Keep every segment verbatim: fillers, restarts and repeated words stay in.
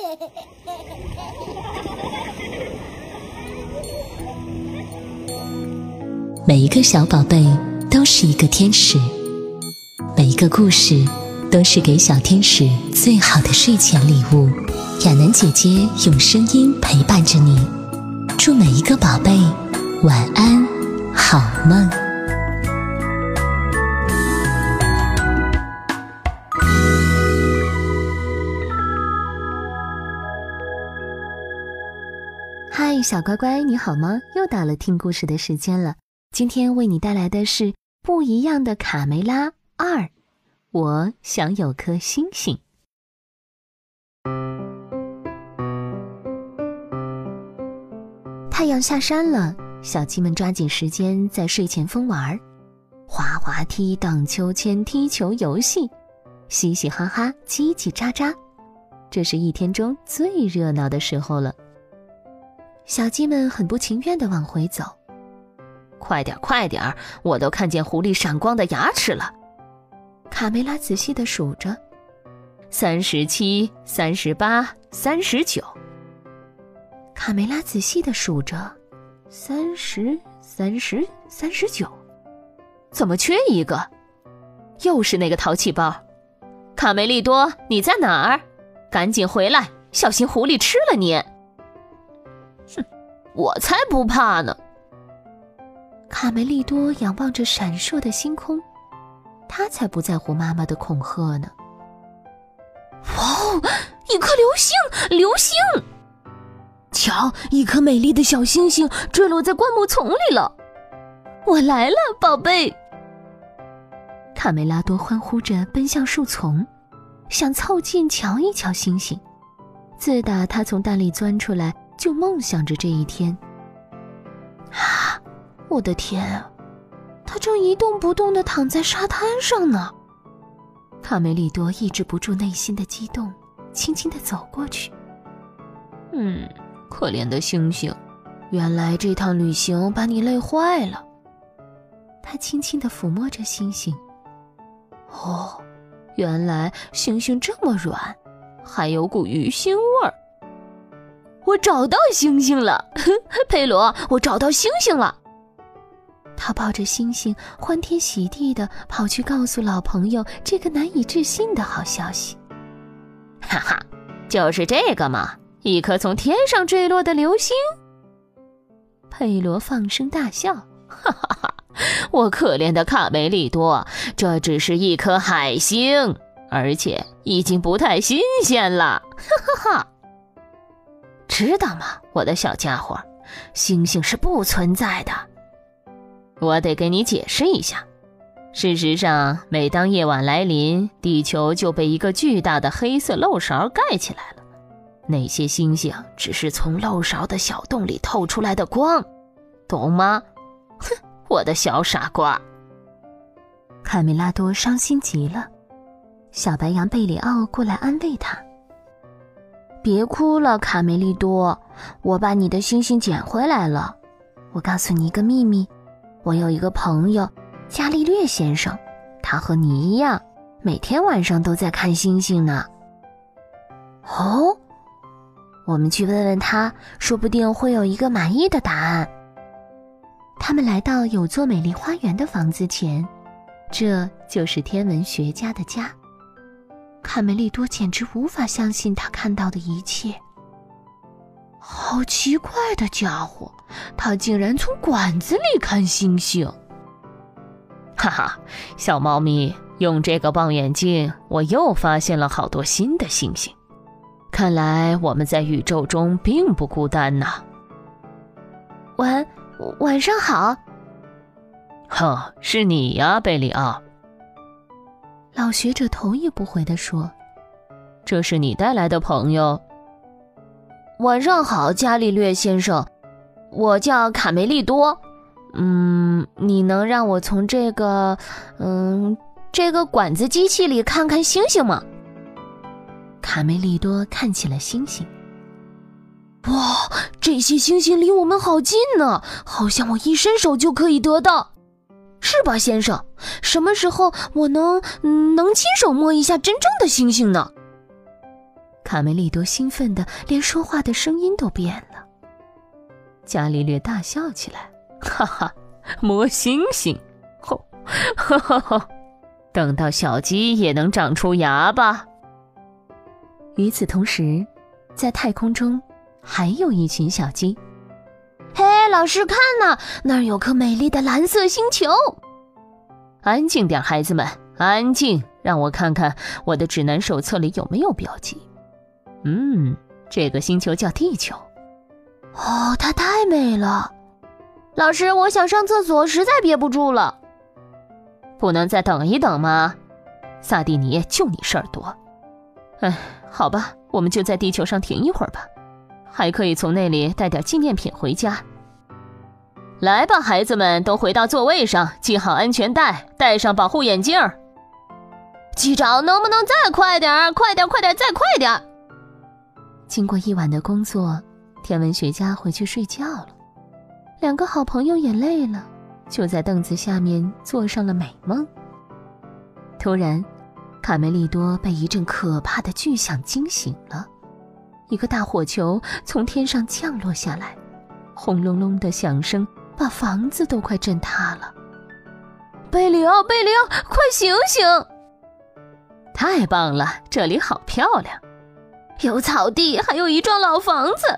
每一个小宝贝都是一个天使，每一个故事都是给小天使最好的睡前礼物。亚楠姐姐用声音陪伴着你，祝每一个宝贝晚安，好梦。嗨，小乖乖，你好吗？又到了听故事的时间了。今天为你带来的是不一样的卡梅拉二，我想有颗星星。太阳下山了，小鸡们抓紧时间在睡前疯玩，滑滑梯、荡秋千、踢球游戏，嘻嘻哈哈，叽叽喳喳，这是一天中最热闹的时候了。小鸡们很不情愿地往回走， 快点快点，我都看见狐狸闪光的牙齿了。 卡梅拉仔细地数着， 三十七、三十八、三十九。 卡梅拉仔细地数着，三十、三十、三十九， 怎么缺一个？又是那个淘气包。卡梅利多，你在哪儿？赶紧回来，小心狐狸吃了你。哼，我才不怕呢。 卡梅利多仰望着闪烁的星空，他才不在乎妈妈的恐吓呢。 哇哦，一颗流星，流星！瞧，一颗美丽的小星星坠落在灌木丛里了。我来了，宝贝！ 卡梅拉多欢呼着奔向树丛，想凑近瞧一瞧星星。自打他从蛋里钻出来，就梦想着这一天。啊，我的天啊，他正一动不动地躺在沙滩上呢。卡梅利多抑制不住内心的激动，轻轻地走过去。 嗯，可怜的星星， 原来这趟旅行把你累坏了。他轻轻地抚摸着星星。哦，原来星星这么软，还有股鱼腥味儿。 我找到星星了，佩罗，我找到星星了。 他抱着星星，欢天喜地地跑去告诉老朋友这个难以置信的好消息。 哈哈，就是这个嘛，一颗从天上坠落的流星。 佩罗放声大笑， 哈哈哈，我可怜的卡梅利多，这只是一颗海星，而且已经不太新鲜了，哈哈哈。知道吗，我的小家伙，星星是不存在的。我得给你解释一下。事实上，每当夜晚来临，地球就被一个巨大的黑色漏勺盖起来了。那些星星只是从漏勺的小洞里透出来的光，懂吗？哼，我的小傻瓜。 卡梅拉多伤心极了，小白羊贝里奥过来安慰他。别哭了，卡梅利多，我把你的星星捡回来了。我告诉你一个秘密，我有一个朋友伽利略先生，他和你一样，每天晚上都在看星星呢。哦，我们去问问他，说不定会有一个满意的答案。他们来到有座美丽花园的房子前，这就是天文学家的家。卡梅利多简直无法相信他看到的一切。好奇怪的家伙，他竟然从管子里看星星。 哈哈，小猫咪，用这个望远镜，我又发现了好多新的星星。看来我们在宇宙中并不孤单呐。 晚晚上好。 哼，是你呀，贝里奥。 老学者头也不回地说， 这是你带来的朋友。 晚上好，伽利略先生，我叫卡梅利多。嗯，你能让我从这个，嗯，这个管子机器里看看星星吗？ 卡梅利多看起了星星。 哇，这些星星离我们好近呢，好像我一伸手就可以得到。是吧，先生？什么时候我能、嗯、能亲手摸一下真正的星星呢？ 卡梅利多兴奋的连说话的声音都变了。伽利略大笑起来， 哈哈，摸星星，吼，哈哈哈，等到小鸡也能长出牙吧。 与此同时，在太空中还有一群小鸡。 嘿，老师看呐，那儿有颗美丽的蓝色星球。 安静点，孩子们，安静，让我看看我的指南手册里有没有标记。嗯，这个星球叫地球。 哦，它太美了。老师，我想上厕所，实在憋不住了。 不能再等一等吗？萨蒂尼，就你事儿多。哎，好吧，我们就在地球上停一会儿吧，还可以从那里带点纪念品回家。来吧，孩子们，都回到座位上，系好安全带，戴上保护眼镜。 机长，能不能再快点？快点，快点，再快点！ 经过一晚的工作，天文学家回去睡觉了。两个好朋友也累了，就在凳子下面做上了美梦。突然，卡梅利多被一阵可怕的巨响惊醒了。一个大火球从天上降落下来，轰隆隆的响声把房子都快震塌了。 贝里奥，贝里奥，快醒醒！ 太棒了，这里好漂亮， 有草地，还有一幢老房子。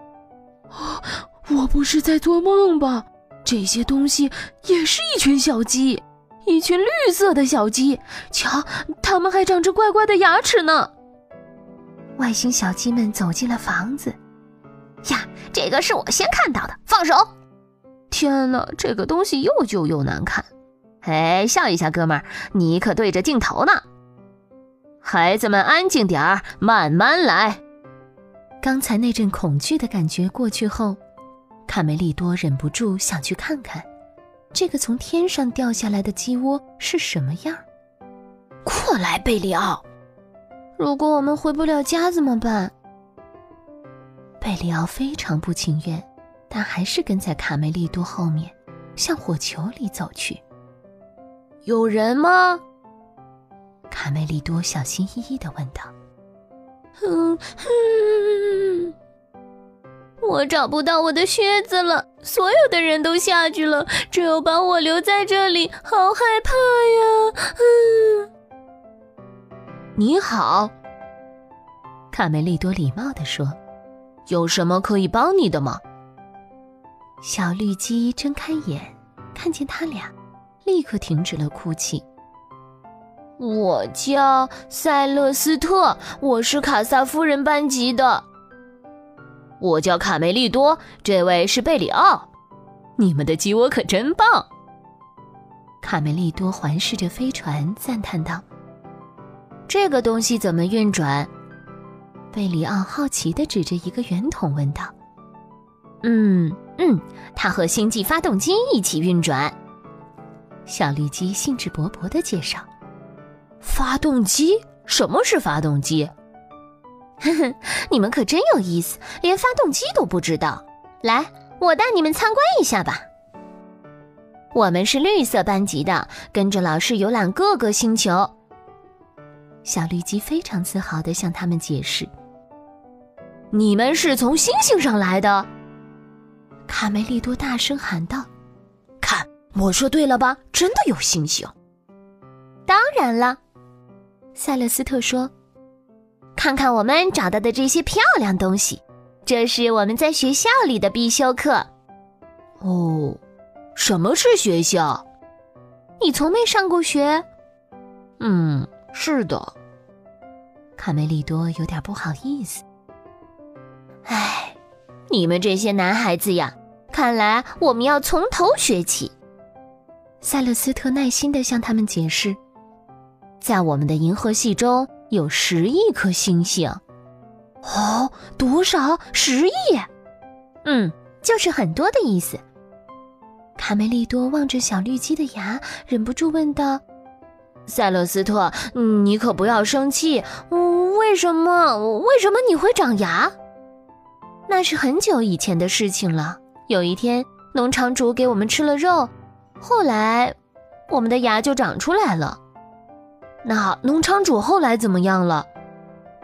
我不是在做梦吧？这些东西也是一群小鸡，一群绿色的小鸡，瞧，它们还长着怪怪的牙齿呢。 外星小鸡们走进了房子。 呀，这个是我先看到的，放手！ 天哪，这个东西又旧又难看。哎，笑一下，哥们儿，你可对着镜头呢。孩子们安静点儿，慢慢来。 刚才那阵恐惧的感觉过去后，卡梅利多忍不住想去看看，这个从天上掉下来的鸡窝是什么样。 过来，贝里奥。 如果我们回不了家怎么办？贝里奥非常不情愿，但还是跟在卡梅利多后面，向火球里走去。 有人吗？ 卡梅利多小心翼翼地问道。 嗯嗯，我找不到我的靴子了，所有的人都下去了，只有把我留在这里，好害怕呀！嗯， 你好， 卡梅利多礼貌地说， 有什么可以帮你的吗？ 小绿鸡睁开眼，看见他俩，立刻停止了哭泣。 我叫塞勒斯特，我是卡萨夫人班级的。 我叫卡梅利多，这位是贝里奥。你们的鸡窝可真棒！ 卡梅利多环视着飞船，赞叹道：“ 这个东西怎么运转？” 贝里奥好奇地指着一个圆筒问道：“ 嗯嗯，它和星际发动机一起运转。” 小绿鸡兴致勃勃地介绍。 发动机？什么是发动机？ 呵呵，你们可真有意思，连发动机都不知道。来，我带你们参观一下吧。我们是绿色班级的，跟着老师游览各个星球。 小绿鸡非常自豪地向他们解释。 你们是从星星上来的？ 卡梅利多大声喊道。 看，我说对了吧？真的有星星。 当然了， 塞勒斯特说， 看看我们找到的这些漂亮东西，这是我们在学校里的必修课。 哦，什么是学校？ 你从没上过学？ 嗯，是的。 卡梅利多有点不好意思。 唉，你们这些男孩子呀，看来我们要从头学起。 塞勒斯特耐心地向他们解释， 在我们的银河系中有十亿颗星星。 哦，多少？十亿？ 嗯，就是很多的意思。 卡梅利多望着小绿鸡的牙，忍不住问道：“ 塞勒斯特，你可不要生气。嗯，为什么？为什么你会长牙？”那是很久以前的事情了。有一天，农场主给我们吃了肉，后来我们的牙就长出来了。 那农场主后来怎么样了？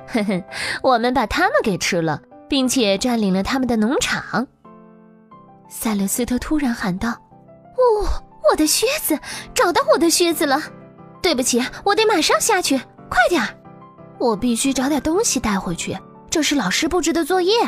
呵呵，我们把他们给吃了，并且占领了他们的农场。 塞勒斯特突然喊道： 哦，我的靴子，找到我的靴子了！对不起，我得马上下去，快点儿！我必须找点东西带回去，这是老师布置的作业。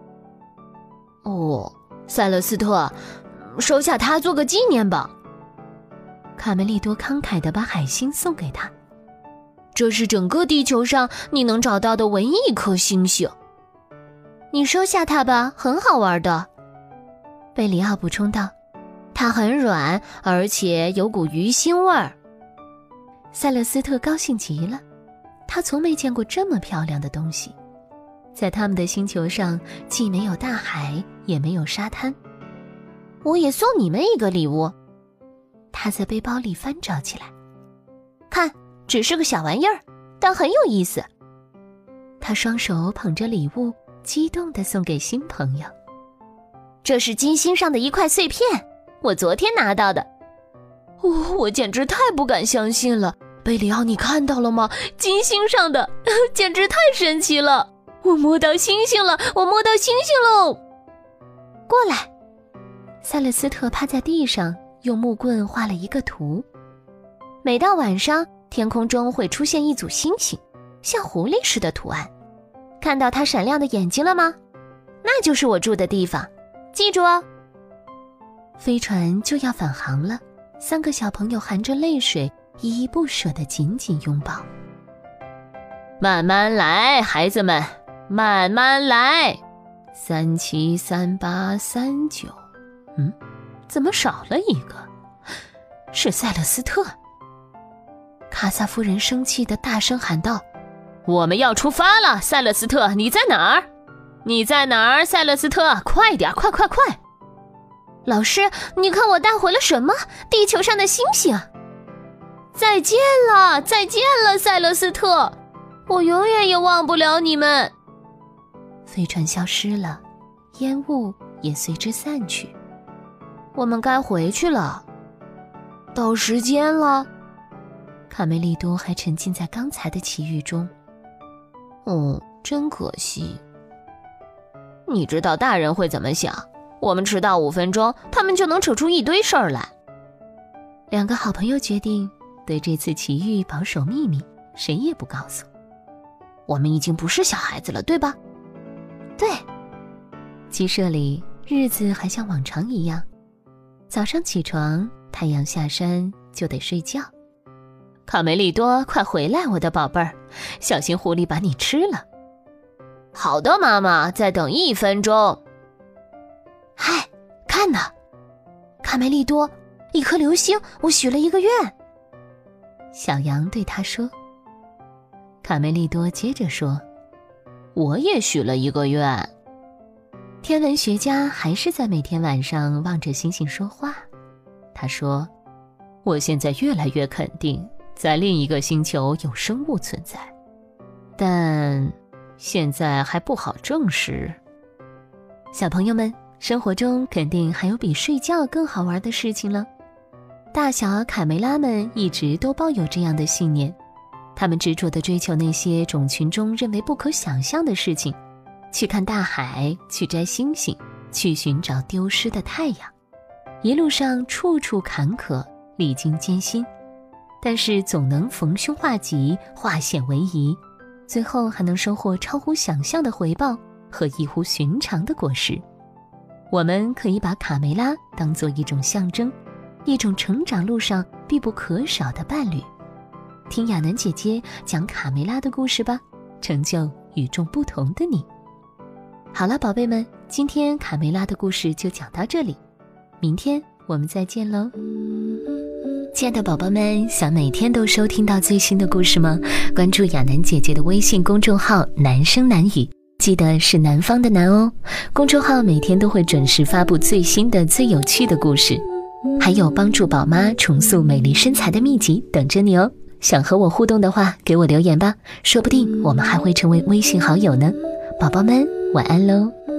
哦，塞勒斯特，收下它做个纪念吧。 卡梅利多慷慨地把海星送给他。 这是整个地球上你能找到的唯一一颗星星。 你收下它吧，很好玩的。 贝里奥补充道， 它很软，而且有股鱼腥味儿。 塞勒斯特高兴极了，他从没见过这么漂亮的东西。在他们的星球上，既没有大海，也没有沙滩。 我也送你们一个礼物。 他在背包里翻找起来， 看，只是个小玩意儿，但很有意思。 他双手捧着礼物，激动地送给新朋友。 这是金星上的一块碎片，我昨天拿到的。 哦，我简直太不敢相信了。贝里奥，你看到了吗？金星上的，简直太神奇了！我摸到星星了，我摸到星星喽！ 过来。 塞勒斯特趴在地上，用木棍画了一个图。 每到晚上，天空中会出现一组星星，像狐狸似的图案。看到它闪亮的眼睛了吗？那就是我住的地方，记住哦。 飞船就要返航了，三个小朋友含着泪水，依依不舍地紧紧拥抱。 慢慢来，孩子们，慢慢来。三七三八三九，嗯，怎么少了一个？是塞勒斯特。 卡萨夫人生气地大声喊道： 我们要出发了，塞勒斯特，你在哪儿？你在哪儿，塞勒斯特？快点，快快快！ 老师，你看我带回了什么？地球上的星星。再见了，再见了，塞勒斯特，我永远也忘不了你们。 飞船消失了，烟雾也随之散去。 我们该回去了，到时间了。 卡梅利多还沉浸在刚才的奇遇中。 嗯，真可惜。你知道大人会怎么想？我们迟到五分钟，他们就能扯出一堆事儿来。 两个好朋友决定对这次奇遇保守秘密，谁也不告诉。 我们已经不是小孩子了，对吧？ 对。 鸡舍里日子还像往常一样，早上起床，太阳下山就得睡觉。 卡梅利多，快回来，我的宝贝儿，小心狐狸把你吃了。好的，妈妈，再等一分钟。 嗨，看呐，卡梅利多，一颗流星，我许了一个愿。 小羊对他说。卡梅利多接着说， 我也许了一个愿。 天文学家还是在每天晚上望着星星说话。他说， 我现在越来越肯定在另一个星球有生物存在，但现在还不好证实。 小朋友们，生活中肯定还有比睡觉更好玩的事情了。大小卡梅拉们一直都抱有这样的信念，他们执着地追求那些种群中认为不可想象的事情，去看大海，去摘星星，去寻找丢失的太阳。一路上处处坎坷，历经艰辛，但是总能逢凶化吉，化险为夷，最后还能收获超乎想象的回报和异乎寻常的果实。我们可以把卡梅拉当作一种象征，一种成长路上必不可少的伴侣。听亚楠姐姐讲卡梅拉的故事吧，成就与众不同的你。好了，宝贝们，今天卡梅拉的故事就讲到这里，明天我们再见喽。亲爱的宝宝们，想每天都收听到最新的故事吗？关注亚楠姐姐的微信公众号南声南语，记得是南方的南哦。公众号每天都会准时发布最新的最有趣的故事，还有帮助宝妈重塑美丽身材的秘籍等着你哦。想和我互动的话，给我留言吧，说不定我们还会成为微信好友呢。宝宝们晚安喽。